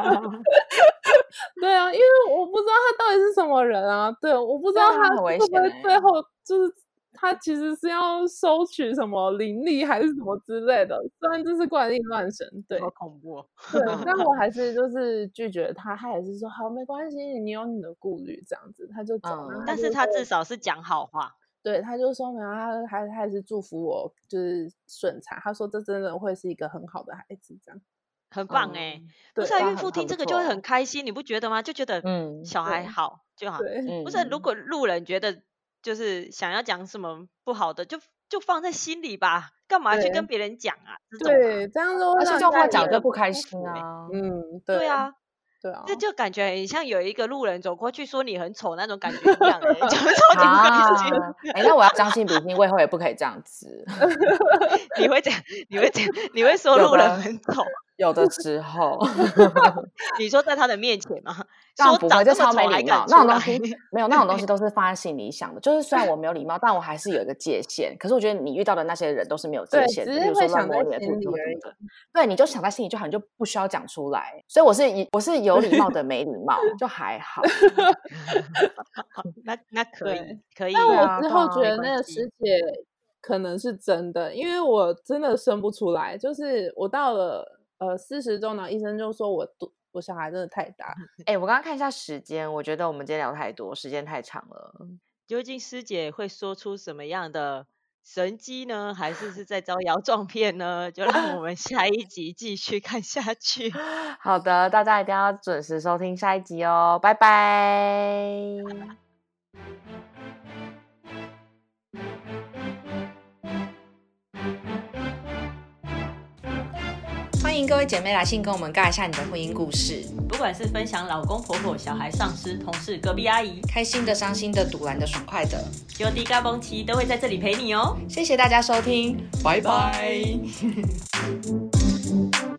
对啊，因为我不知道他到底是什么人啊，对，我不知道他会不会最后就是他其实是要收取什么灵力还是什么之类的，虽然这是怪力乱神，对， 好恐怖、哦。 对，但我还是就是拒绝他，他也是说好没关系，你有你的顾虑这样子，他就走。 嗯、 但是他至少是讲好话。 对，他就说没有，他还他还是祝福我就是顺产，他说这真的会是一个很好的孩子，这样很棒哎、欸嗯。不是、 啊、 孕妇听这个就会很开心，你不觉得吗？就觉得嗯小孩好就好。 对， 不是如果路人觉得就是想要讲什么不好的，就就放在心里吧，干嘛去跟别人讲啊？ 对，这样子而且这样话讲就不开心啊。 嗯，对， 对啊。 对啊， 这就感觉很像有一个路人走过去说你很丑那种感觉一样、欸，就是超级不开心。 哎、啊欸，那我要将心比心，我以后也不可以这样子。 你会这样？你会这样？你会说路人很丑？ 有的时候， 你说在他的面前吗？ 说不会，就超没礼貌。那种东西没有，那种东西都是放在心里想的。就是虽然我没有礼貌，但我还是有一个界限。可是我觉得你遇到的那些人都是没有界限的， 只是会想在心里而已。 对，你就想在心里就好，你就不需要讲出来。所以我是我是有礼貌的没礼貌，就还好。 那那可以可以。 但我之后觉得那个师姐可能是真的，因为我真的生不出来。就是我到了呃四十周呢，医生就说我我小孩真的太大。 哎、欸，我刚刚看一下时间，我觉得我们今天聊太多，时间太长了。 究竟师姐会说出什么样的神机呢？还是是在招摇撞骗呢？就让我们下一集继续看下去。 好的，大家一定要准时收听下一集哦，拜拜。 欢迎各位姐妹来信跟我们尬一下你的婚姻故事， 不管是分享老公婆婆、小孩、上司、同事、隔壁阿姨， 开心的、伤心的、堵然的、爽快的， 就地嘎嘣奇都会在这里陪你哦。 谢谢大家收听，拜拜。